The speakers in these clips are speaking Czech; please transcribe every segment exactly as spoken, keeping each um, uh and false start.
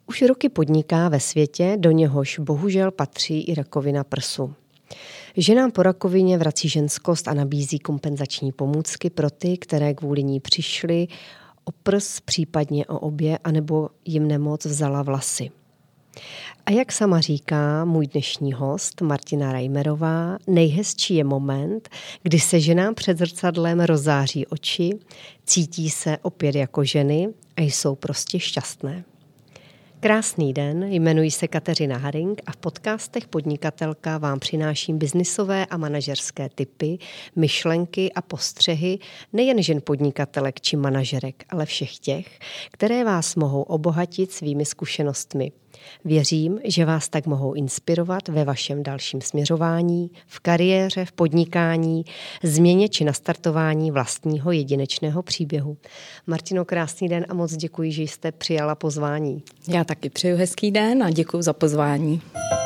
Už roky podniká ve světě, do něhož bohužel patří i rakovina prsu. Ženám po rakovině vrací ženskost a nabízí kompenzační pomůcky pro ty, které kvůli ní přišly o prs, případně o obě, anebo jim nemoc vzala vlasy. A jak sama říká můj dnešní host Martina Reimerová, nejhezčí je moment, kdy se ženám před zrcadlem rozáří oči, cítí se opět jako ženy a jsou prostě šťastné. Krásný den, jmenuji se Kateřina Haring a v podcastech Podnikatelka vám přináším biznisové a manažerské tipy, myšlenky a postřehy nejen žen podnikatelek či manažerek, ale všech těch, které vás mohou obohatit svými zkušenostmi. Věřím, že vás tak mohou inspirovat ve vašem dalším směřování, v kariéře, v podnikání, změně či nastartování vlastního jedinečného příběhu. Martino, krásný den a moc děkuji, že jste přijala pozvání. Já taky přeju hezký den a děkuji za pozvání.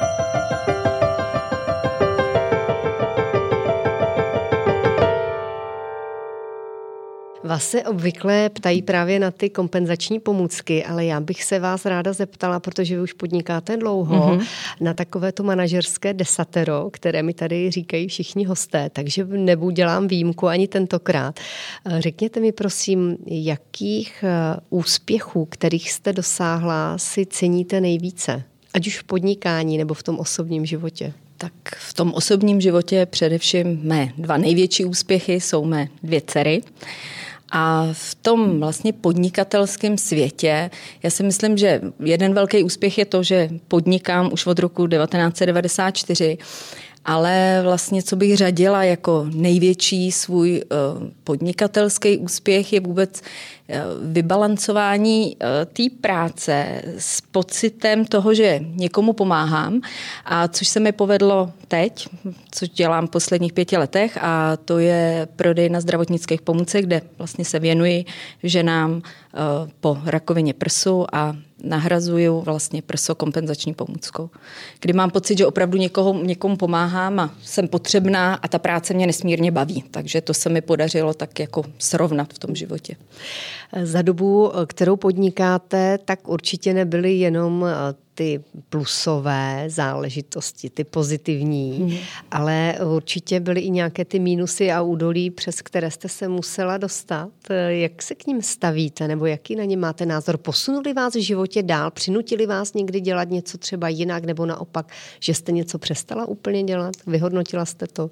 Vás se obvykle ptají právě na ty kompenzační pomůcky, ale já bych se vás ráda zeptala, protože vy už podnikáte dlouho, mm-hmm. na takové to manažerské desatero, které mi tady říkají všichni hosté, takže neudělám výjimku ani tentokrát. Řekněte mi prosím, jakých úspěchů, kterých jste dosáhla, si ceníte nejvíce? Ať už v podnikání nebo v tom osobním životě. Tak v tom osobním životě především mé dva největší úspěchy jsou mé dvě dcery. A v tom vlastně podnikatelském světě, já si myslím, že jeden velký úspěch je to, že podnikám už od roku devatenáct set devadesát čtyři, ale vlastně, co bych řadila jako největší svůj podnikatelský úspěch, je vůbec vybalancování té práce s pocitem toho, že někomu pomáhám, a což se mi povedlo teď, což dělám v posledních pěti letech, a to je prodej zdravotnických pomůcek, kde vlastně se věnuji ženám po rakovině prsu a nahrazuju vlastně prso kompenzační pomůckou. Kdy mám pocit, že opravdu někoho, někomu pomáhám a jsem potřebná a ta práce mě nesmírně baví. Takže to se mi podařilo tak jako srovnat v tom životě. Za dobu, kterou podnikáte, tak určitě nebyly jenom ty plusové záležitosti, ty pozitivní, hmm. ale určitě byly i nějaké ty mínusy a údolí, přes které jste se musela dostat. Jak se k ním stavíte, nebo jaký na ně máte názor? Posunuli vás v životě dál? Přinutili vás někdy dělat něco třeba jinak, nebo naopak, že jste něco přestala úplně dělat? Vyhodnotila jste to?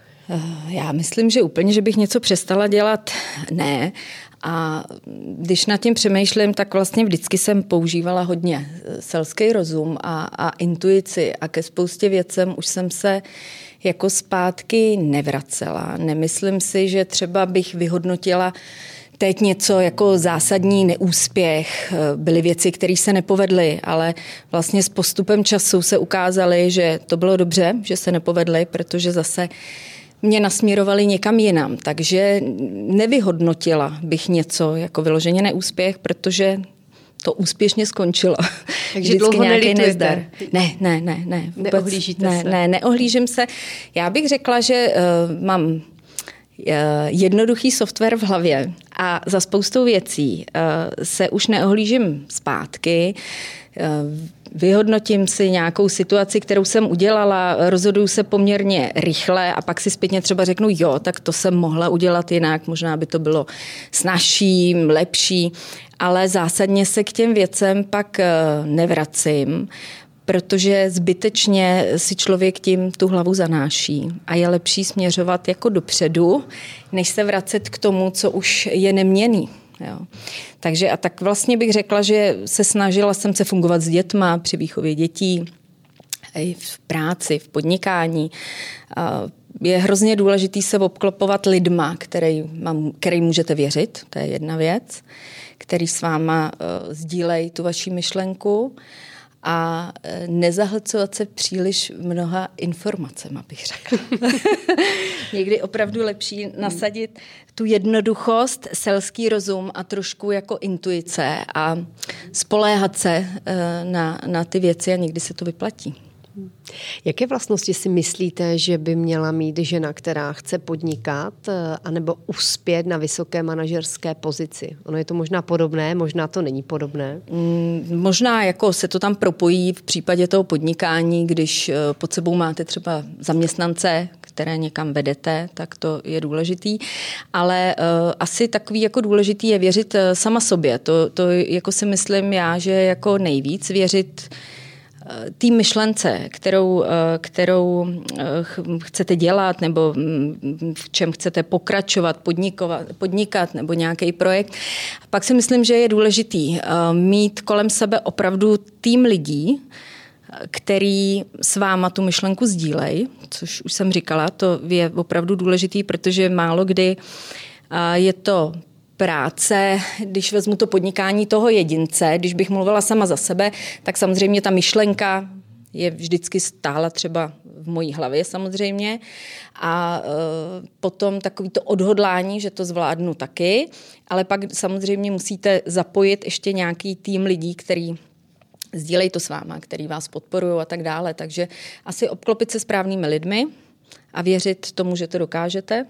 Já myslím, že úplně, že bych něco přestala dělat, ne. A když nad tím přemýšlím, tak vlastně vždycky jsem používala hodně selský rozum a, a intuici a ke spoustě věcem už jsem se jako zpátky nevracela. Nemyslím si, že třeba bych vyhodnotila teď něco jako zásadní neúspěch. Byly věci, které se nepovedly, ale vlastně s postupem času se ukázaly, že to bylo dobře, že se nepovedly, protože zase mě nasměrovali někam jinam, takže nevyhodnotila bych něco jako vyloženě neúspěch, protože to úspěšně skončilo. Takže dlouho nelitujete? Ne, ne, ne, ne. Vůbec, neohlížíte ne, se? Ne, neohlížím se. Já bych řekla, že uh, mám uh, jednoduchý software v hlavě a za spoustou věcí uh, se už neohlížím zpátky. Uh, Vyhodnotím si nějakou situaci, kterou jsem udělala, rozhoduju se poměrně rychle a pak si zpětně třeba řeknu, jo, tak to jsem mohla udělat jinak, možná by to bylo snazší, lepší, ale zásadně se k těm věcem pak nevracím, protože zbytečně si člověk tím tu hlavu zanáší a je lepší směřovat jako dopředu, než se vracet k tomu, co už je neměnný. Jo. Takže a tak vlastně bych řekla, že se snažila jsem se fungovat s dětma při výchově dětí, i v práci, v podnikání. Je hrozně důležitý se obklopovat lidma, který, mám, který můžete věřit, to je jedna věc, který s váma uh, sdílejí tu vaši myšlenku a nezahlcovat se příliš mnoha informacemi, bych řekla. Někdy opravdu lepší nasadit tu jednoduchost, selský rozum a trošku jako intuice a spoléhat se na, na ty věci a někdy se to vyplatí. Jaké vlastnosti si myslíte, že by měla mít žena, která chce podnikat anebo uspět na vysoké manažerské pozici? Ono je to možná podobné, možná to není podobné. Mm, možná jako se to tam propojí v případě toho podnikání, když pod sebou máte třeba zaměstnance, které někam vedete, tak to je důležitý. Ale uh, asi takový jako důležitý je věřit sama sobě. To, to jako si myslím já, že jako nejvíc věřit té myšlence, kterou, kterou chcete dělat nebo v čem chcete pokračovat, podnikovat, podnikat nebo nějaký projekt. Pak si myslím, že je důležitý mít kolem sebe opravdu tým lidí, který s váma tu myšlenku sdílej, což už jsem říkala, to je opravdu důležitý, protože málo kdy je to práce, když vezmu to podnikání toho jedince, když bych mluvila sama za sebe, tak samozřejmě ta myšlenka je vždycky stála třeba v mojí hlavě samozřejmě a e, potom takový to odhodlání, že to zvládnu taky, ale pak samozřejmě musíte zapojit ještě nějaký tým lidí, který sdílejí to s váma, který vás podporují a tak dále, takže asi obklopit se správnými lidmi a věřit tomu, že to dokážete.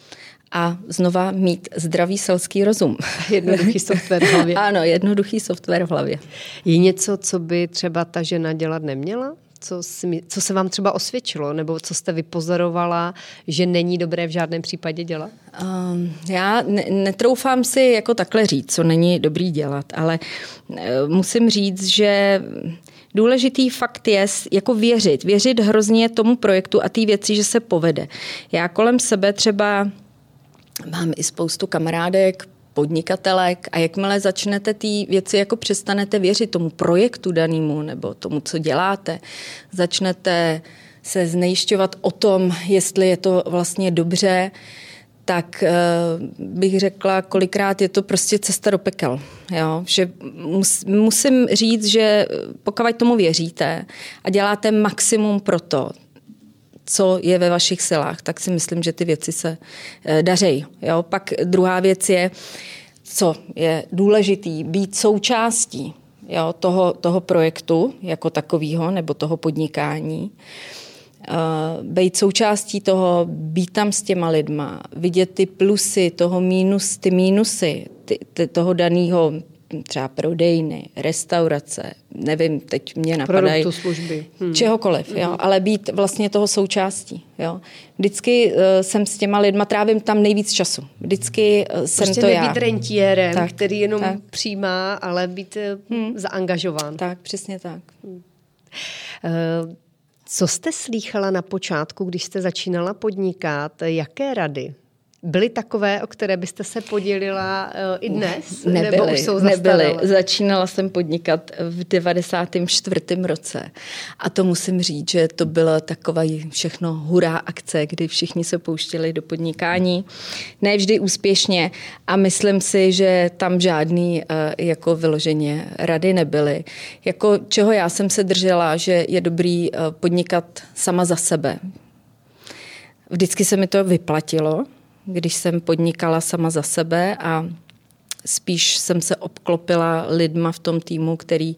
A znova mít zdravý selský rozum. Jednoduchý software v hlavě. Ano, jednoduchý software v hlavě. Je něco, co by třeba ta žena dělat neměla? Co, si, co se vám třeba osvědčilo? Nebo co jste vypozorovala, že není dobré v žádném případě dělat? Um, já ne, netroufám si jako takhle říct, co není dobrý dělat, ale uh, musím říct, že důležitý fakt je jako věřit. Věřit hrozně tomu projektu a té věci, že se povede. Já kolem sebe třeba mám i spoustu kamarádek, podnikatelek a jakmile začnete ty věci, jako přestanete věřit tomu projektu danému nebo tomu, co děláte, začnete se znejišťovat o tom, jestli je to vlastně dobře, tak uh, bych řekla, kolikrát je to prostě cesta do pekel. Jo? Že mus, musím říct, že pokud tomu věříte a děláte maximum pro to, co je ve vašich silách, tak si myslím, že ty věci se e, dařejí. Jo? Pak druhá věc je, co je důležitý, být součástí jo, toho, toho projektu jako takového nebo toho podnikání. E, být součástí toho, být tam s těma lidma, vidět ty plusy, toho mínus, ty mínusy ty, ty, toho daného třeba prodejny, restaurace, nevím, teď mě napadají. Produktu, služby. Hmm. Čehokoliv, hmm. jo, ale být vlastně toho součástí. Jo. Vždycky uh, jsem s těma lidma, trávím tam nejvíc času. Vždycky uh, jsem prostě to já. Prostě nebýt rentiérem, tak, který jenom tak. přijímá, ale být hmm. zaangažován. Tak, přesně tak. Hmm. Uh, co jste slýchala na počátku, když jste začínala podnikat? Jaké rady? Byly takové, o které byste se podělila uh, i dnes? Nebyly, nebo už jsou nebyly. Začínala jsem podnikat v devadesátém čtvrtém roce. A to musím říct, že to byla taková všechno hurá akce, kdy všichni se pouštěli do podnikání. Ne vždy úspěšně. A myslím si, že tam žádný uh, jako vyloženě rady nebyly. Jako čeho já jsem se držela, že je dobrý uh, podnikat sama za sebe. Vždycky se mi to vyplatilo, když jsem podnikala sama za sebe a spíš jsem se obklopila lidma v tom týmu, který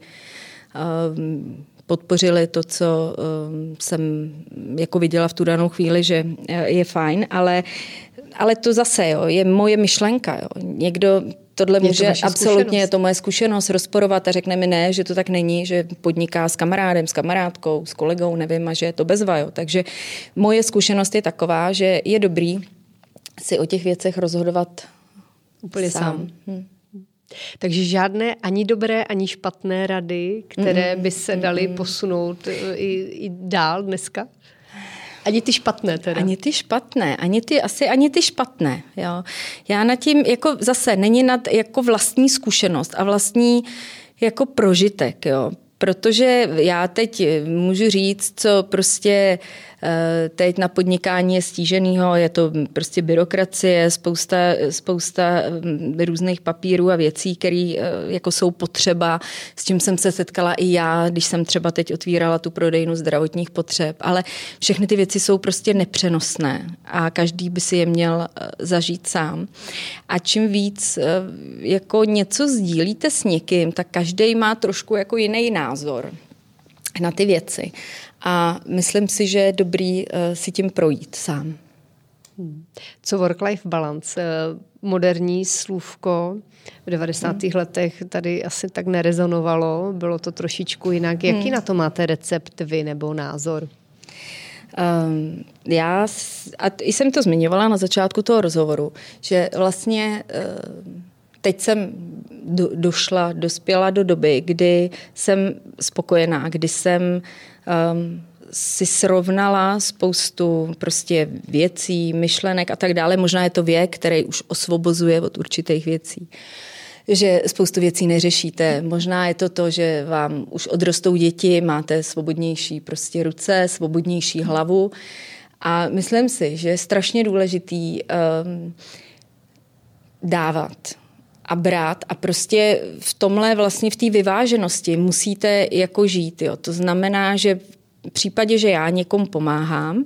uh, podpořili to, co uh, jsem jako viděla v tu danou chvíli, že je fajn, ale, ale to zase jo, je moje myšlenka. Jo. Někdo tohle je může to absolutně, je to moje zkušenost, rozporovat a řekne mi ne, že to tak není, že podniká s kamarádem, s kamarádkou, s kolegou, nevím, a že je to bezva. Jo. Takže moje zkušenost je taková, že je dobrý si o těch věcech rozhodovat úplně sám. sám. Hm. Takže žádné ani dobré, ani špatné rady, které by se daly posunout i, i dál dneska? Ani ty špatné teda. Ani ty špatné, ani ty, asi ani ty špatné. Jo. Já nad tím, jako zase, není nad jako vlastní zkušenost a vlastní jako prožitek, jo. Protože já teď můžu říct, co prostě teď na podnikání je stíženýho, je to prostě byrokracie, spousta, spousta různých papírů a věcí, které jako jsou potřeba, s čím jsem se setkala i já, když jsem třeba teď otvírala tu prodejnu zdravotních potřeb, ale všechny ty věci jsou prostě nepřenosné a každý by si je měl zažít sám. A čím víc jako něco sdílíte s někým, tak každý má trošku jako jiný názor. na ty věci. A myslím si, že je dobrý si tím projít sám. Co work-life balance? Moderní slůvko v devadesátých hmm. letech tady asi tak nerezonovalo, bylo to trošičku jinak. Jaký hmm. na to máte recept vy nebo názor? Um, já, a jsem to zmiňovala na začátku toho rozhovoru, že vlastně uh, teď jsem do, došla, dospěla do doby, kdy jsem spokojená, kdy jsem um, si srovnala spoustu prostě věcí, myšlenek a tak dále. Možná je to věk, který už osvobozuje od určitých věcí. Že spoustu věcí neřešíte. Možná je to to, že vám už odrostou děti, máte svobodnější prostě ruce, svobodnější hlavu. A myslím si, že je strašně důležitý um, dávat a brát a prostě v tomhle vlastně v té vyváženosti musíte jako žít. Jo. To znamená, že v případě, že já někomu pomáhám,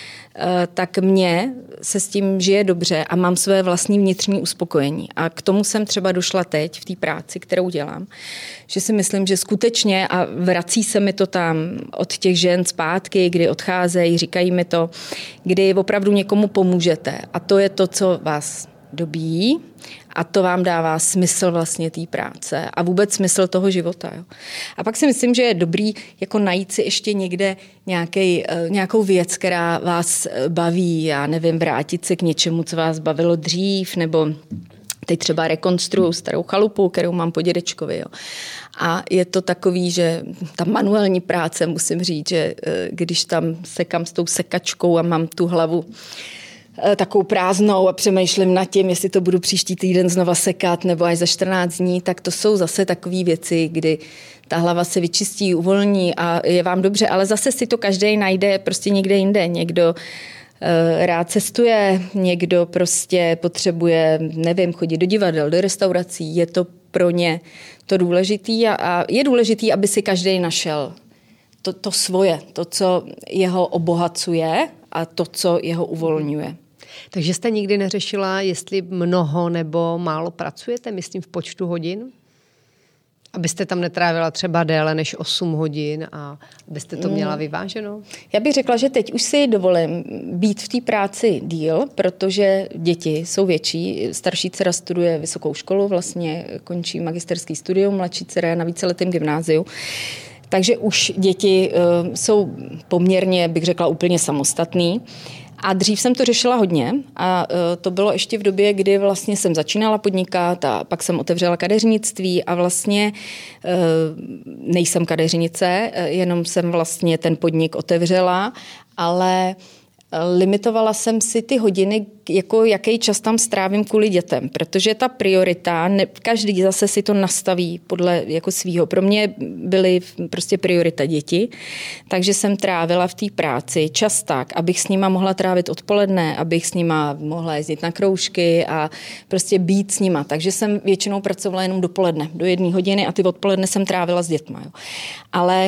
tak mně se s tím žije dobře a mám své vlastní vnitřní uspokojení. A k tomu jsem třeba došla teď v té práci, kterou dělám, že si myslím, že skutečně, a vrací se mi to tam od těch žen zpátky, kdy odcházejí, říkají mi to, kdy opravdu někomu pomůžete. A to je to, co vás dobíjí a to vám dává smysl vlastně té práce a vůbec smysl toho života. Jo. A pak si myslím, že je dobrý jako najít si ještě někde nějaký, nějakou věc, která vás baví, já nevím, vrátit se k něčemu, co vás bavilo dřív, nebo teď třeba rekonstruuju starou chalupu, kterou mám po dědečkovi. Jo. A je to takový, že ta manuální práce, musím říct, že když tam sekám s tou sekačkou a mám tu hlavu takovou prázdnou a přemýšlím nad tím, jestli to budu příští týden znova sekat nebo až za čtrnáct dní, tak to jsou zase takové věci, kdy ta hlava se vyčistí, uvolní a je vám dobře, ale zase si to každý najde prostě někde jinde. Někdo uh, rád cestuje, někdo prostě potřebuje, nevím, chodit do divadel, do restaurací, je to pro ně to důležitý a, a je důležitý, aby si každý našel to, to svoje, to, co jeho obohacuje a to, co jeho uvolňuje. Takže jste nikdy neřešila, jestli mnoho nebo málo pracujete, myslím v počtu hodin? Abyste tam netrávila třeba déle než osm hodin a abyste to měla vyváženo? Já bych řekla, že teď už si dovolím být v té práci díl, protože děti jsou větší. Starší dcera studuje vysokou školu, vlastně končí magisterský studium, mladší dcera je na víceletém gymnáziu. Takže už děti uh, jsou poměrně, bych řekla, úplně samostatný. A dřív jsem to řešila hodně a uh, to bylo ještě v době, kdy vlastně jsem začínala podnikat a pak jsem otevřela kadeřnictví a vlastně uh, nejsem kadeřnice, jenom jsem vlastně ten podnik otevřela, ale limitovala jsem si ty hodiny, jako jaký čas tam strávím kvůli dětem, protože ta priorita, ne, každý zase si to nastaví podle jako svýho. Pro mě byly prostě priorita děti, takže jsem trávila v té práci čas tak, abych s nima mohla trávit odpoledne, abych s nima mohla jezdit na kroužky a prostě být s nima. Takže jsem většinou pracovala jenom dopoledne, do jedné hodiny a ty odpoledne jsem trávila s dětma. Jo. Ale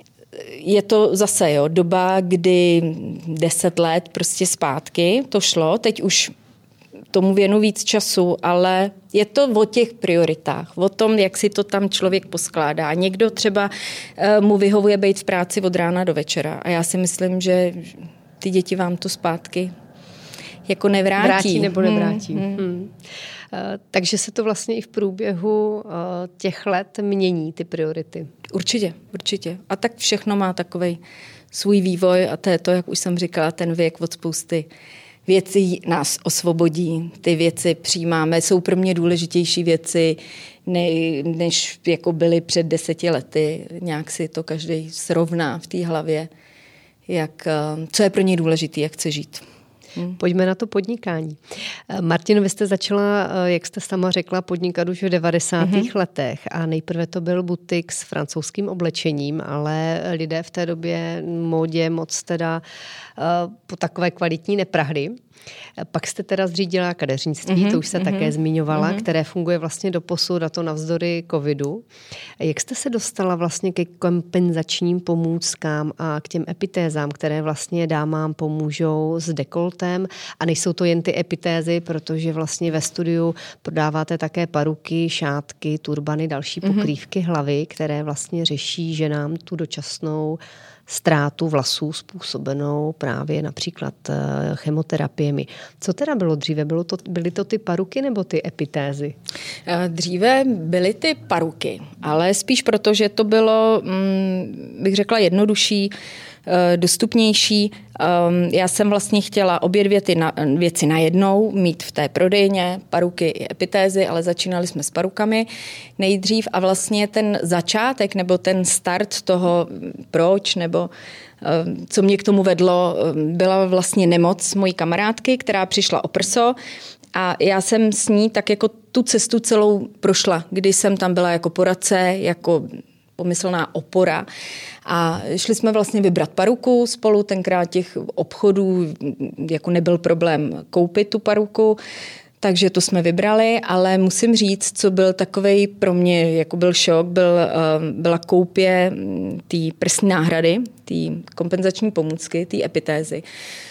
je to zase jo, doba, kdy deset let prostě zpátky to šlo, teď už tomu věnu víc času, ale je to o těch prioritách, o tom, jak si to tam člověk poskládá. Někdo třeba uh, mu vyhovuje být v práci od rána do večera a já si myslím, že ty děti vám to zpátky jako nevrátí. Vrátí nebo nevrátí. Hmm, hmm. Hmm. Uh, takže se to vlastně i v průběhu uh, těch let mění, ty priority. Určitě, určitě. A tak všechno má takovej svůj vývoj a to je to, jak už jsem říkala, ten věk od spousty věcí nás osvobodí. Ty věci přijímáme, jsou pro mě důležitější věci, ne, než jako byly před deseti lety. Nějak si to každý srovná v té hlavě, jak, co je pro něj důležité, jak chce žít. Hmm. Pojďme na to podnikání. Martin, vy jste začala, jak jste sama řekla, podnikat už v devadesátých mm-hmm. letech a nejprve to byl butik s francouzským oblečením, ale lidé v té době módě moc teda po takové kvalitní neprahli. Pak jste teda zřídila kadeřnictví, mm-hmm, to už se mm-hmm, také zmiňovala, mm-hmm. které funguje vlastně doposud, a to navzdory covidu. Jak jste se dostala vlastně ke kompenzačním pomůckám a k těm epitézám, které vlastně dámám pomůžou s dekoltem? A nejsou to jen ty epitézy, protože vlastně ve studiu prodáváte také paruky, šátky, turbany, další pokrývky mm-hmm. hlavy, které vlastně řeší ženám tu dočasnou ztrátu vlasů způsobenou právě například chemoterapiemi. Co teda bylo dříve? Bylo to, byly to ty paruky nebo ty epitézy? Dříve byly ty paruky, ale spíš proto, že to bylo, bych řekla, jednodušší, dostupnější. Já jsem vlastně chtěla obě dvě ty věci najednou mít v té prodejně, paruky i epitézy, ale začínali jsme s parukami nejdřív a vlastně ten začátek nebo ten start toho proč nebo co mě k tomu vedlo, byla vlastně nemoc mojí kamarádky, která přišla o prso a já jsem s ní tak jako tu cestu celou prošla, kdy jsem tam byla jako poradce, jako pomyslná opora a šli jsme vlastně vybrat paruku spolu, tenkrát těch obchodů jako nebyl problém koupit tu paruku, takže to jsme vybrali, ale musím říct, co byl takovej pro mě, jako byl šok, byl, byla koupě té prsní náhrady, té kompenzační pomůcky, té epitézy.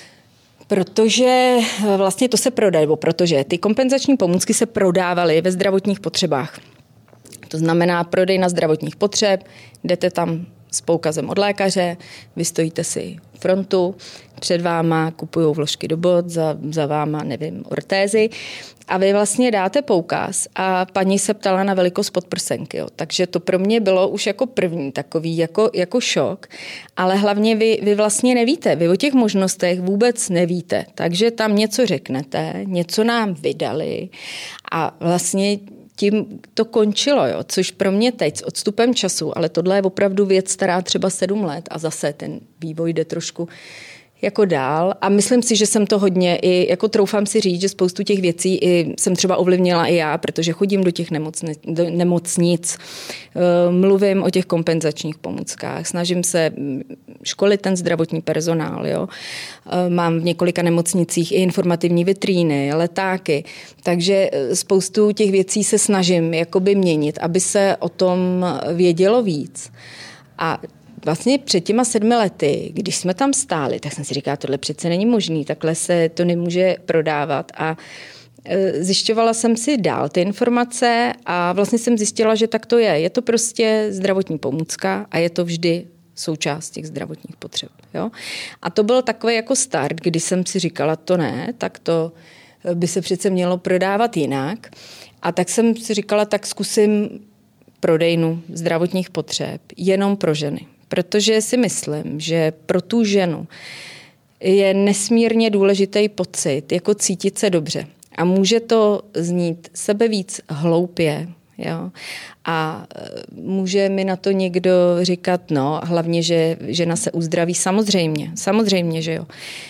Protože vlastně to se prodalo, protože ty kompenzační pomůcky se prodávaly ve zdravotních potřebách. To znamená prodej na zdravotních potřeb, jdete tam s poukazem od lékaře, vy stojíte si frontu, před váma kupujou vložky do bot, za, za váma, nevím, ortézy a vy vlastně dáte poukaz a paní se ptala na velikost podprsenky. Jo. Takže to pro mě bylo už jako první takový jako, jako šok, ale hlavně vy, vy vlastně nevíte, vy o těch možnostech vůbec nevíte, takže tam něco řeknete, něco nám vydali a vlastně tím to končilo, jo, což pro mě teď s odstupem času, ale tohle je opravdu věc stará třeba sedm let a zase ten vývoj jde trošku jako dál a myslím si, že jsem to hodně i, jako troufám si říct, že spoustu těch věcí i jsem třeba ovlivnila i já, protože chodím do těch nemocnic, do nemocnic, mluvím o těch kompenzačních pomůckách, snažím se školit ten zdravotní personál, jo. Mám v několika nemocnicích i informativní vitríny, letáky, takže spoustu těch věcí se snažím jakoby měnit, aby se o tom vědělo víc. A vlastně před těma sedmi lety, když jsme tam stáli, tak jsem si říkala, tohle přece není možný, takhle se to nemůže prodávat a zjišťovala jsem si dál ty informace a vlastně jsem zjistila, že tak to je. Je to prostě zdravotní pomůcka a je to vždy součást těch zdravotních potřeb. Jo? A to byl takový jako start, kdy jsem si říkala, to ne, tak to by se přece mělo prodávat jinak. A tak jsem si říkala, tak zkusím prodejnu zdravotních potřeb jenom pro ženy. Protože si myslím, že pro tu ženu je nesmírně důležitý pocit, jako cítit se dobře. A může to znít sebevíc hloupě. Jo? A může mi na to někdo říkat, no, hlavně, že žena se uzdraví. Samozřejmě, samozřejmě, že jo.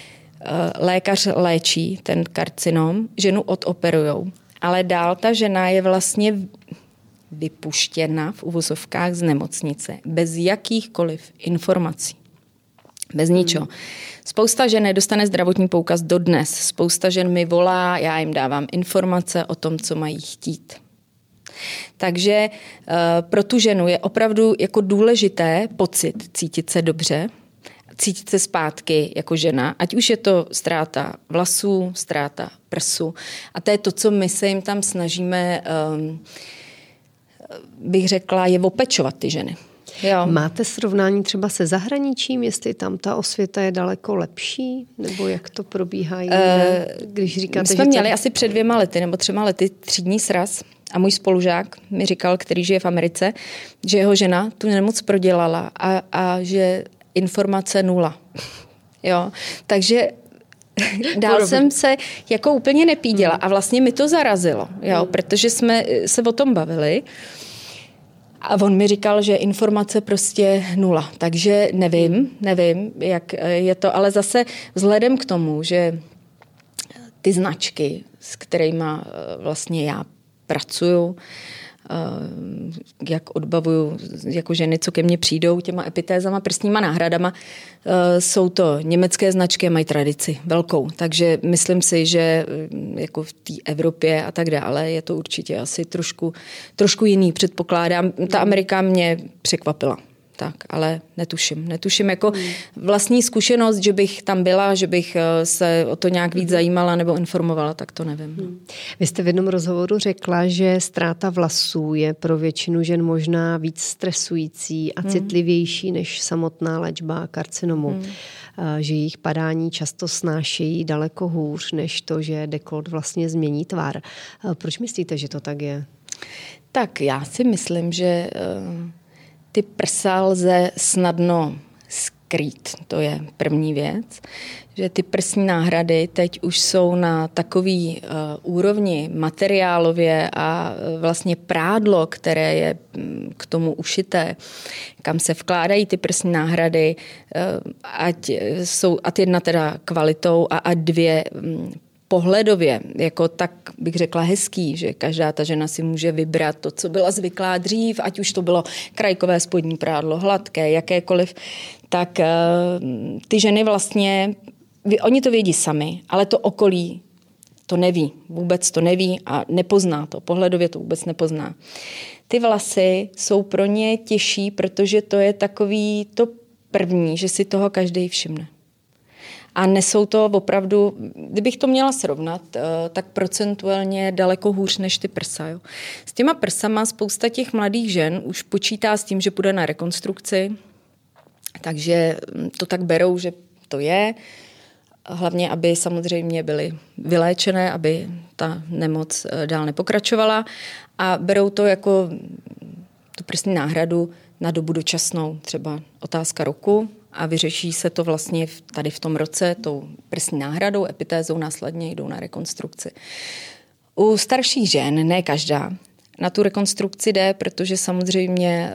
Lékař léčí ten karcinom, ženu odoperujou, ale dál ta žena je vlastně vypuštěna v uvozovkách z nemocnice bez jakýchkoliv informací. Bez ničeho. Spousta žen nedostane zdravotní poukaz dodnes. Spousta žen mi volá, já jim dávám informace o tom, co mají chtít. Takže uh, pro tu ženu je opravdu jako důležité pocit cítit se dobře, cítit se zpátky jako žena, ať už je to ztráta vlasů, ztráta prsu. A to je to, co my se jim tam snažíme, um, bych řekla, je opečovat ty ženy. Jo. Máte srovnání třeba se zahraničím, jestli tam ta osvěta je daleko lepší, nebo jak to probíhá jinde, když říkáte, My jsme že měli to... asi před dvěma lety nebo třema lety třídní sraz a můj spolužák mi říkal, který žije v Americe, že jeho žena tu nemoc prodělala a, a že informace nula. Jo, takže dál jsem se jako úplně nepíděla a vlastně mi to zarazilo, jo, protože jsme se o tom bavili. A on mi říkal, že informace prostě nula. Takže nevím, nevím, jak je to, ale zase vzhledem k tomu, že ty značky, s kterými vlastně já pracuju, jak odbavuju jako ženy, co ke mně přijdou těma epitézama, prstníma náhradama. Jsou to německé značky, mají tradici velkou, takže myslím si, že jako v té Evropě a tak dále je to určitě asi trošku, trošku jiný, předpokládám. Ta Amerika mě překvapila. Tak, ale netuším. Netuším jako hmm. vlastní zkušenost, že bych tam byla, že bych se o to nějak víc zajímala nebo informovala, tak to nevím. Hmm. Vy jste v jednom rozhovoru řekla, že ztráta vlasů je pro většinu žen možná víc stresující a hmm. citlivější než samotná léčba karcinomu. Hmm. Že jejich padání často snášejí daleko hůř, než to, že dekolt vlastně změní tvar. Proč myslíte, že to tak je? Tak já si myslím, že ty prsa lze snadno skrýt, to je první věc, že ty prsní náhrady teď už jsou na takový uh, úrovni materiálově a uh, vlastně prádlo, které je um, k tomu ušité, kam se vkládají ty prsní náhrady, uh, ať jsou ať jedna teda kvalitou a ať dvě um, pohledově, jako tak bych řekla hezký, že každá ta žena si může vybrat to, co byla zvyklá dřív, ať už to bylo krajkové spodní prádlo, hladké, jakékoliv, tak uh, ty ženy vlastně, oni to vědí sami, ale to okolí to neví, vůbec to neví a nepozná to, pohledově to vůbec nepozná. Ty vlasy jsou pro ně těžší, protože to je takový to první, že si toho každý všimne. A nesou to opravdu, kdybych to měla srovnat, tak procentuálně daleko hůř než ty prsa. Jo. S těma prsama spousta těch mladých žen už počítá s tím, že půjde na rekonstrukci, takže to tak berou, že to je. Hlavně, aby samozřejmě byly vyléčené, aby ta nemoc dál nepokračovala. A berou to jako tu prsní náhradu na dobu dočasnou, třeba otázka roku, a vyřeší se to vlastně tady v tom roce tou prsní náhradou, epitézou, následně jdou na rekonstrukci. U starších žen, ne každá, na tu rekonstrukci jde, protože samozřejmě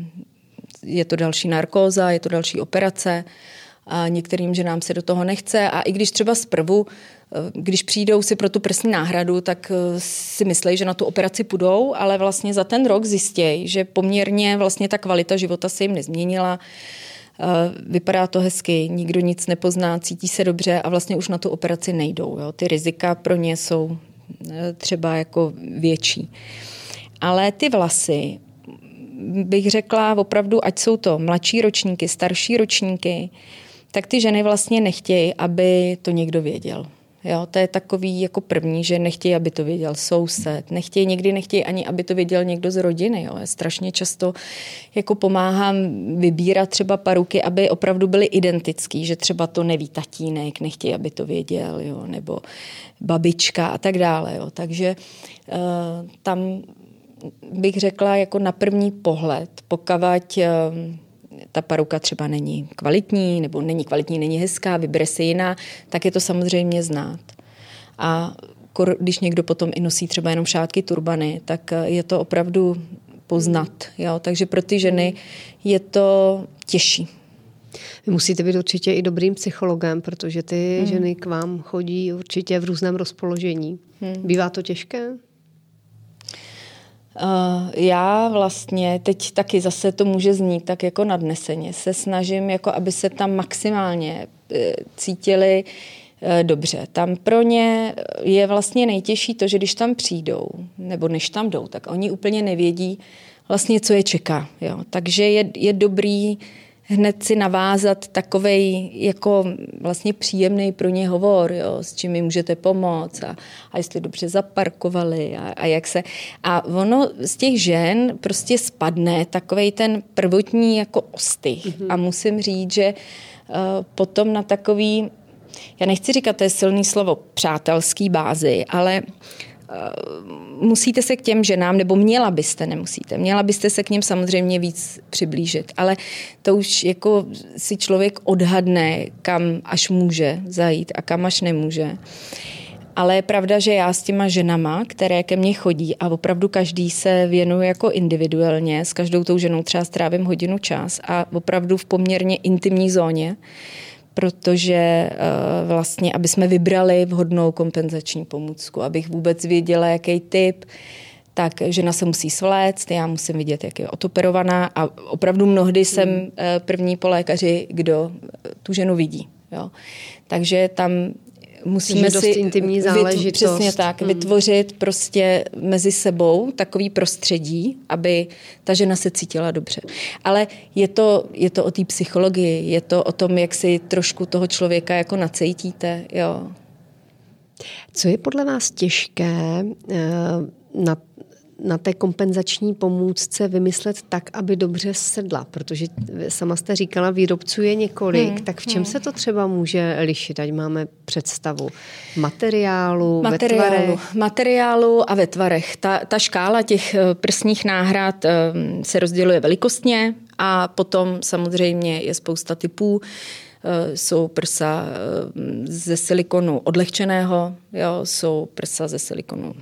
je to další narkóza, je to další operace a některým ženám se do toho nechce a i když třeba zprvu, když přijdou si pro tu prsní náhradu, tak si myslejí, že na tu operaci půjdou, ale vlastně za ten rok zjistějí, že poměrně vlastně ta kvalita života se jim nezměnila. Vypadá to hezky, nikdo nic nepozná, cítí se dobře a vlastně už na tu operaci nejdou. Jo. Ty rizika pro ně jsou třeba jako větší. Ale ty vlasy, bych řekla opravdu, ať jsou to mladší ročníky, starší ročníky, tak ty ženy vlastně nechtějí, aby to někdo věděl. Jo, to je takový jako první, že nechtějí, aby to věděl soused, nechtějí, někdy nechtějí ani, aby to věděl někdo z rodiny. Jo. Já strašně často jako pomáhám vybírat třeba paruky, aby opravdu byly identický, že třeba to neví tatínek, nechtějí, aby to věděl, jo, nebo babička a tak dále. Jo. Takže uh, tam bych řekla jako na první pohled, pokavať uh, ta paruka třeba není kvalitní, nebo není kvalitní, není hezká, vybere si jiná, tak je to samozřejmě znát. A když někdo potom i nosí třeba jenom šátky, turbany, tak je to opravdu poznat. Jo? Takže pro ty ženy je to těžší. Vy musíte být určitě i dobrým psychologem, protože ty hmm. ženy k vám chodí určitě v různém rozpoložení. Hmm. Bývá to těžké? Uh, já vlastně, teď taky zase to může znít tak jako nadneseně, se snažím, jako aby se tam maximálně uh, cítili uh, dobře. Tam pro ně je vlastně nejtěžší to, že když tam přijdou, nebo než tam jdou, tak oni úplně nevědí vlastně, co je čeká. Jo. Takže je, je dobrý hned si navázat takovej jako vlastně příjemný pro ně hovor, jo, s čím mi můžete pomoct a, a jestli dobře zaparkovali a, a jak se... A ono z těch žen prostě spadne takovej ten prvotní jako ostych. Mm-hmm. A musím říct, že uh, potom na takový, já nechci říkat, to je silný slovo, přátelský bázi, ale musíte se k těm ženám, nebo měla byste, nemusíte, měla byste se k ním samozřejmě víc přiblížit, ale to už jako si člověk odhadne, kam až může zajít a kam až nemůže. Ale je pravda, že já s těma ženama, které ke mně chodí a opravdu každý se věnuje jako individuálně, s každou tou ženou třeba strávím hodinu čas a opravdu v poměrně intimní zóně, protože uh, vlastně, aby jsme vybrali vhodnou kompenzační pomůcku, abych vůbec věděla, jaký typ, tak žena se musí svléct, já musím vidět, jak je otoperovaná a opravdu mnohdy jsem hmm. první po lékaři, kdo tu ženu vidí. Jo. Takže tam musíme si intimní záležitost. Přesně tak, hmm. vytvořit prostě mezi sebou takový prostředí, aby ta žena se cítila dobře. Ale je to, je to o té psychologii, je to o tom, jak si trošku toho člověka jako nacítíte. Jo. Co je podle vás těžké na na té kompenzační pomůcce vymyslet tak, aby dobře sedla, protože sama jste říkala, výrobců je několik, hmm, tak v čem hmm. se to třeba může lišit, ať máme představu materiálu, materiálu, ve tvarech? Materiálu a ve tvarech. Ta, ta škála těch prsních náhrad se rozděluje velikostně a potom samozřejmě je spousta typů. Jsou prsa ze silikonu odlehčeného, jo, jsou prsa ze silikonu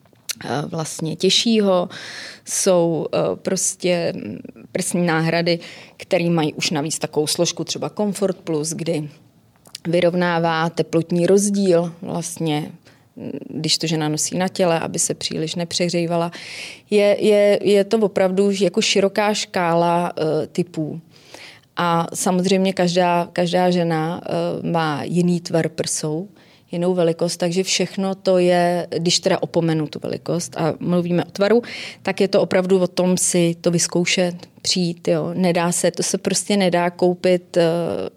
vlastně těžšího, jsou prostě prsní náhrady, které mají už navíc takovou složku, třeba Comfort Plus, kdy vyrovnává teplotní rozdíl vlastně, když to žena nosí na těle, aby se příliš nepřehřívala. Je, je, je to opravdu jako široká škála uh, typů. A samozřejmě každá, každá žena uh, má jiný tvar prsou, jinou velikost, takže všechno to je, když teda opomenu tu velikost a mluvíme o tvaru, tak je to opravdu o tom si to vyzkoušet, přijít, jo. Nedá se, to se prostě nedá koupit uh,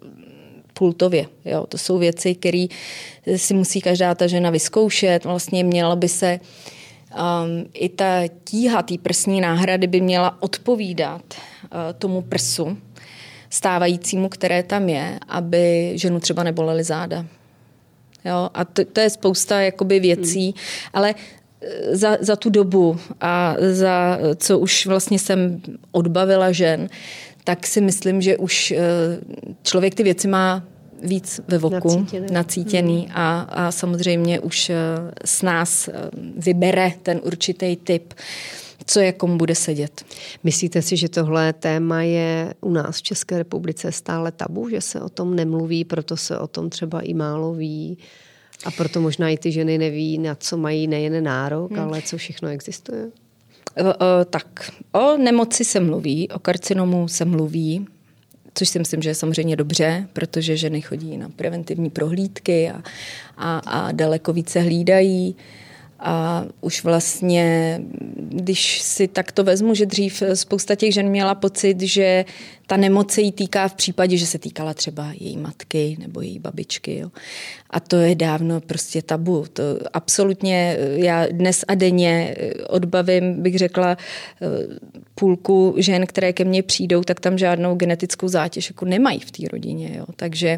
pultově, jo. To jsou věci, které si musí každá ta žena vyzkoušet, vlastně měla by se um, i ta tíha, té prsní náhrady by měla odpovídat uh, tomu prsu stávajícímu, které tam je, aby ženu třeba nebolely záda. Jo, a to, to je spousta jakoby věcí, hmm. ale za, za tu dobu a za co už vlastně jsem odbavila žen, tak si myslím, že už člověk ty věci má víc ve voku, nacítěný, nacítěný hmm. a, a samozřejmě už s nás vybere ten určitý typ, co je komu bude sedět. Myslíte si, že tohle téma je u nás v České republice stále tabu, že se o tom nemluví, proto se o tom třeba i málo ví a proto možná i ty ženy neví, na co mají nejen nárok, hmm. ale co všechno existuje? O, o, tak, o nemoci se mluví, o karcinomu se mluví, což si myslím, že je samozřejmě dobře, protože ženy chodí na preventivní prohlídky a, a, a daleko více hlídají. A už vlastně, když si takto vezmu, že dřív spousta těch žen měla pocit, že ta nemoc se jí týká v případě, že se týkala třeba její matky nebo její babičky. Jo. A to je dávno prostě tabu. To absolutně já dnes a denně odbavím, bych řekla, půlku žen, které ke mně přijdou, tak tam žádnou genetickou zátěž jako nemají v té rodině. Jo. Takže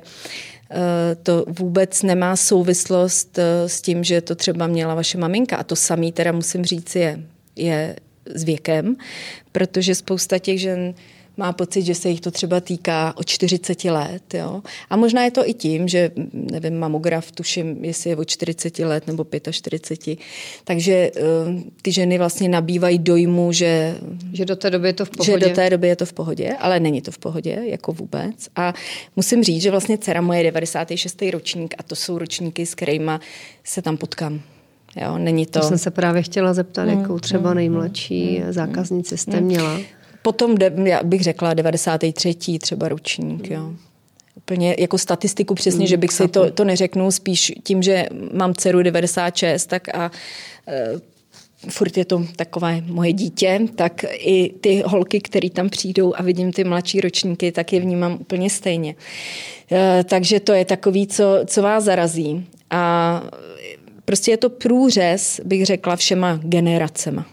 to vůbec nemá souvislost s tím, že to třeba měla vaše maminka. A to samý teda musím říct je, je s věkem, protože spousta těch žen má pocit, že se jich to třeba týká od čtyřiceti let. Jo? A možná je to i tím, že nevím, mamograf, tuším, jestli je od čtyřiceti let nebo čtyřiceti pěti. Takže uh, ty ženy vlastně nabývají dojmu, že, že do té doby je to v pohodě. Že do té doby je to v pohodě, ale není to v pohodě, jako vůbec. A musím říct, že vlastně dcera moje je devadesátý šestý ročník a to jsou ročníky, s kterýma se tam potkám. Jo, není to... To jsem se právě chtěla zeptat, mm, jakou třeba nejmladší mm, zákaznici jste mm. měla. Potom, já bych řekla, devadesátý třetí třeba ročník, jo. Úplně jako statistiku přesně, mm, že bych si to, to neřeknu, spíš tím, že mám dceru devadesát šest, tak a e, furt je to takové moje dítě, tak i ty holky, které tam přijdou a vidím ty mladší ročníky, tak je vnímám úplně stejně. E, takže to je takový, co, co vás zarazí. A prostě je to průřez, bych řekla, všema generacema.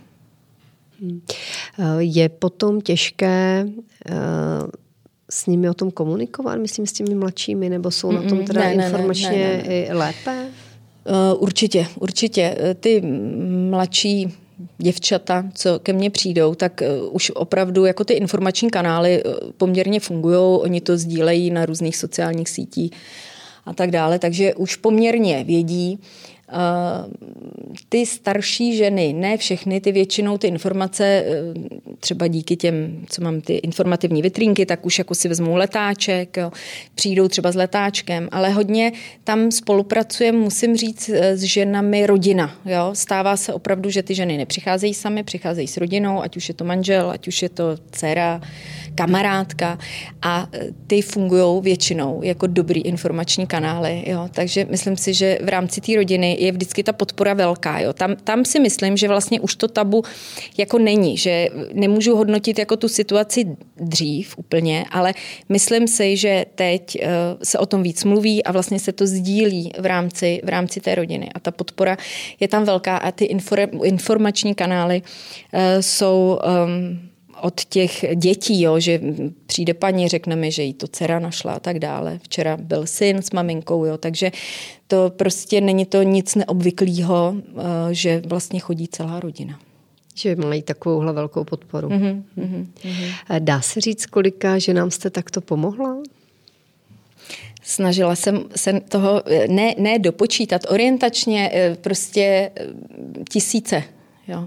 Je potom těžké s nimi o tom komunikovat, myslím s těmi mladšími, nebo jsou na tom teda ne, informačně ne, ne, ne, ne. lépe? Určitě, určitě. Ty mladší děvčata, co ke mně přijdou, tak už opravdu jako ty informační kanály poměrně fungují, oni to sdílejí na různých sociálních sítích a tak dále, takže už poměrně vědí. ty starší ženy, ne všechny, ty většinou ty informace, třeba díky těm, co mám ty informativní vitrínky, tak už jako si vezmou letáček, jo, přijdou třeba s letáčkem, ale hodně tam spolupracujeme, musím říct, s ženami rodina. Jo. Stává se opravdu, že ty ženy nepřicházejí sami, přicházejí s rodinou, ať už je to manžel, ať už je to dcera, kamarádka a ty fungují většinou jako dobrý informační kanály. Jo. Takže myslím si, že v rámci té rodiny je vždycky ta podpora velká. Jo. Tam, tam si myslím, že vlastně už to tabu jako není, že nemůžu hodnotit jako tu situaci dřív úplně, ale myslím si, že teď uh, se o tom víc mluví a vlastně se to sdílí v rámci, v rámci té rodiny. A ta podpora je tam velká a ty infor, informační kanály uh, jsou um, od těch dětí, jo, že přijde paní, řekne mi, že jí to dcera našla a tak dále. Včera byl syn s maminkou, jo, takže to prostě není to nic neobvyklého, že vlastně chodí celá rodina. Že mají takovouhle velkou podporu. Mm-hmm, mm-hmm. Dá se říct, kolika ženám jste takto pomohla? Snažila jsem se toho ne, ne dopočítat, orientačně prostě tisíce, jo.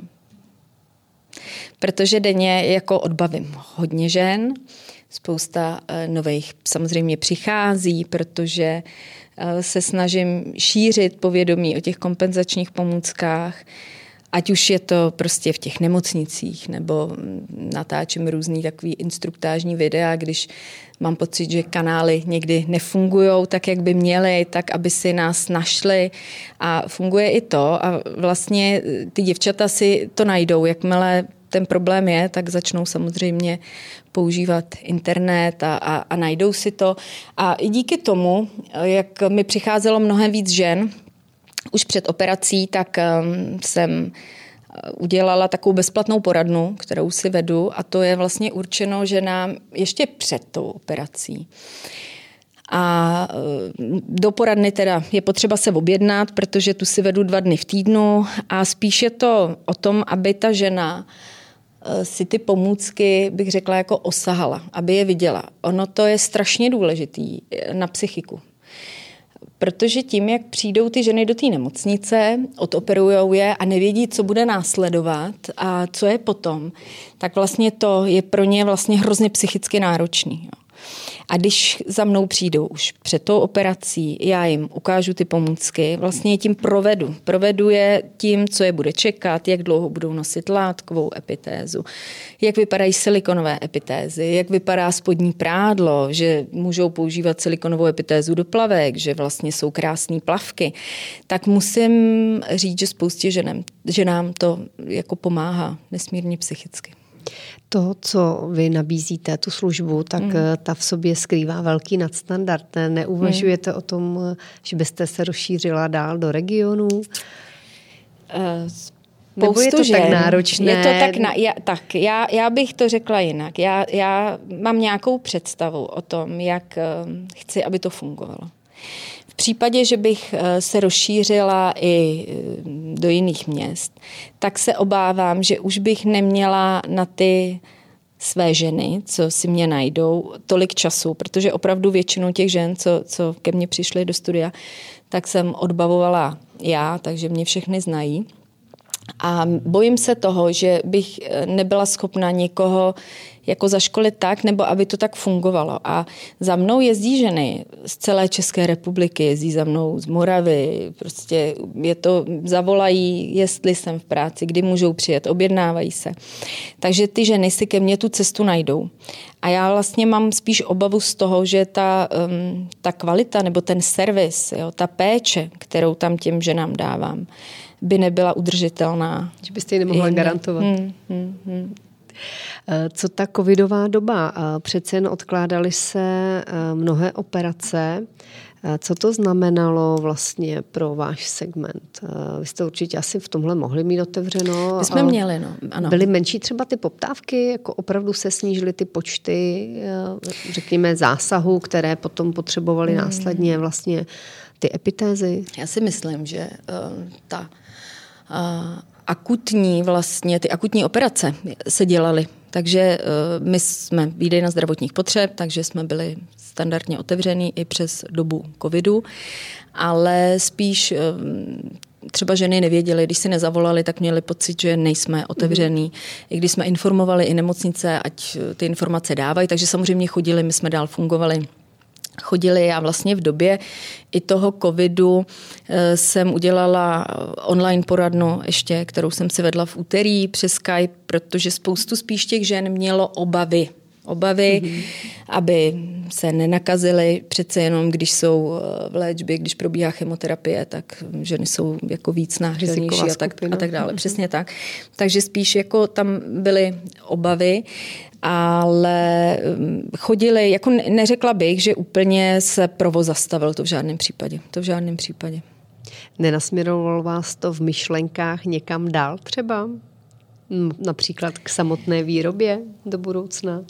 Protože denně jako odbavím hodně žen, spousta nových samozřejmě přichází, protože se snažím šířit povědomí o těch kompenzačních pomůckách, ať už je to prostě v těch nemocnicích, nebo natáčím různý takový instruktážní videa, když mám pocit, že kanály někdy nefungujou tak, jak by měly, tak, aby si nás našli a funguje i to a vlastně ty děvčata si to najdou, jakmile ten problém je, tak začnou samozřejmě používat internet a, a, a najdou si to. A i díky tomu, jak mi přicházelo mnohem víc žen už před operací, tak um, jsem udělala takovou bezplatnou poradnu, kterou si vedu a to je vlastně určeno ženám ještě před tou operací. A do poradny teda je potřeba se objednat, protože tu si vedu dva dny v týdnu a spíš je to o tom, aby ta žena si ty pomůcky, bych řekla, jako osahala, aby je viděla. Ono to je strašně důležitý na psychiku. Protože tím, jak přijdou ty ženy do té nemocnice, odoperujou je a nevědí, co bude následovat a co je potom, tak vlastně to je pro ně vlastně hrozně psychicky náročný. Jo. A když za mnou přijdou už před tou operací, já jim ukážu ty pomůcky, vlastně je tím provedu. Provedu je tím, co je bude čekat, jak dlouho budou nosit látkovou epitézu, jak vypadají silikonové epitézy, jak vypadá spodní prádlo, že můžou používat silikonovou epitézu do plavek, že vlastně jsou krásné plavky. Tak musím říct, že spoustě ženám, ženám to jako pomáhá nesmírně psychicky. To, co vy nabízíte, tu službu, tak mm. ta v sobě skrývá velký nadstandard. Neuvažujete mm. o tom, že byste se rozšířila dál do regionů? Uh, Nebo je to žen. tak náročné? Je to tak, na, já, tak já, já bych to řekla jinak. Já, já mám nějakou představu o tom, jak uh, chci, aby to fungovalo. V případě, že bych se rozšířila i do jiných měst, tak se obávám, že už bych neměla na ty své ženy, co si mě najdou, tolik času, protože opravdu většinu těch žen, co, co ke mně přišly do studia, tak jsem odbavovala já, takže mě všechny znají. A bojím se toho, že bych nebyla schopna někoho jako zaškolit tak, nebo aby to tak fungovalo. A za mnou jezdí ženy z celé České republiky, jezdí za mnou z Moravy, prostě je to, zavolají, jestli jsem v práci, kdy můžou přijet, objednávají se. Takže ty ženy si ke mně tu cestu najdou. A já vlastně mám spíš obavu z toho, že ta, um, ta kvalita nebo ten servis, jo, ta péče, kterou tam těm ženám dávám, by nebyla udržitelná. Že byste ji nemohla jinde. garantovat. Hmm, hmm, hmm. Co ta covidová doba? Přece jen odkládaly se mnohé operace. Co to znamenalo vlastně pro váš segment? Vy jste určitě asi v tomhle mohli mít otevřeno. My jsme měli, no. Ano. Byly menší třeba ty poptávky? Jako opravdu se snížily ty počty, řekněme, zásahů, které potom potřebovaly hmm. následně vlastně ty epitézy? Já si myslím, že uh, ta uh, akutní vlastně, ty akutní operace se dělaly. Takže uh, my jsme výdej na zdravotních potřeb, takže jsme byli standardně otevřený i přes dobu covidu, ale spíš uh, třeba ženy nevěděly, když si nezavolali, tak měli pocit, že nejsme otevřený. Mm-hmm. I když jsme informovali i nemocnice, ať ty informace dávají, takže samozřejmě chodili, my jsme dál fungovali. Chodili a vlastně v době i toho covidu jsem udělala online poradnu ještě, kterou jsem si vedla v úterý přes Skype, protože spoustu spíš těch žen mělo obavy. Obavy, mm-hmm. aby se nenakazily, přece jenom když jsou v léčbě, když probíhá chemoterapie, tak ženy jsou jako víc náchylnější a tak, a tak dále. Mm-hmm. Přesně tak. Takže spíš jako tam byly obavy, ale chodili, jako neřekla bych, že úplně se provoz zastavil, to v žádném případě. To v žádném případě. Nenasměroval vás to v myšlenkách někam dál třeba? Například k samotné výrobě do budoucna?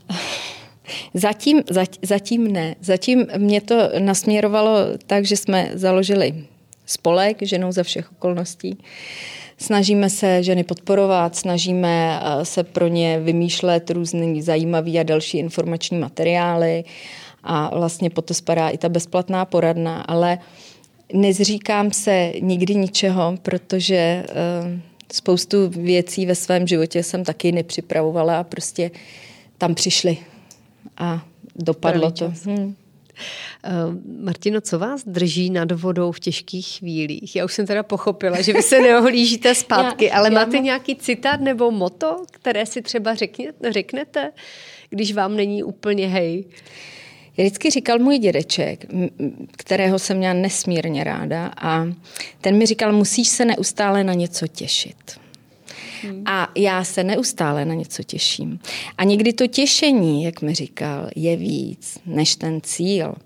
Zatím, zatím ne. Zatím mě to nasměrovalo tak, že jsme založili spolek Ženou za všech okolností. Snažíme se ženy podporovat, snažíme se pro ně vymýšlet různý zajímavý a další informační materiály a vlastně po to spadá i ta bezplatná poradna, ale nezříkám se nikdy ničeho, protože spoustu věcí ve svém životě jsem taky nepřipravovala a prostě tam přišli a dopadlo to. Hmm. Martino, co vás drží nad vodou v těžkých chvílích? Já už jsem teda pochopila, že vy se neohlížíte zpátky, já, ale já máte má... nějaký citát nebo motto, které si třeba řekněte, řeknete, když vám není úplně hej? Já vždycky říkal můj dědeček, kterého jsem měla nesmírně ráda a ten mi říkal, musíš se neustále na něco těšit. Hmm. A já se neustále na něco těším. A někdy to těšení, jak mi říkal, je víc než ten cíl.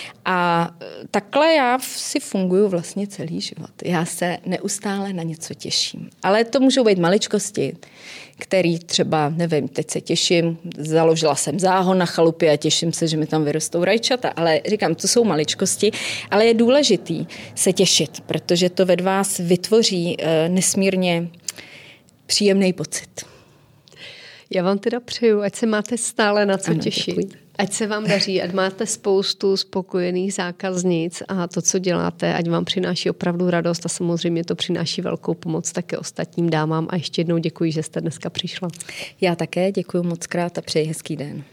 A takhle já si funguju vlastně celý život. Já se neustále na něco těším. Ale to můžou být maličkosti, který třeba, nevím, teď se těším, založila jsem záhon na chalupě a těším se, že mi tam vyrostou rajčata, ale říkám, to jsou maličkosti, ale je důležitý se těšit, protože to ve vás vytvoří nesmírně příjemný pocit. Já vám teda přeju, ať se máte stále na co ano, těšit. Děkuji. Ať se vám daří, ať máte spoustu spokojených zákaznic a to, co děláte, ať vám přináší opravdu radost a samozřejmě to přináší velkou pomoc také ostatním dámám. A ještě jednou děkuji, že jste dneska přišla. Já také děkuji moc krát a přeji hezký den.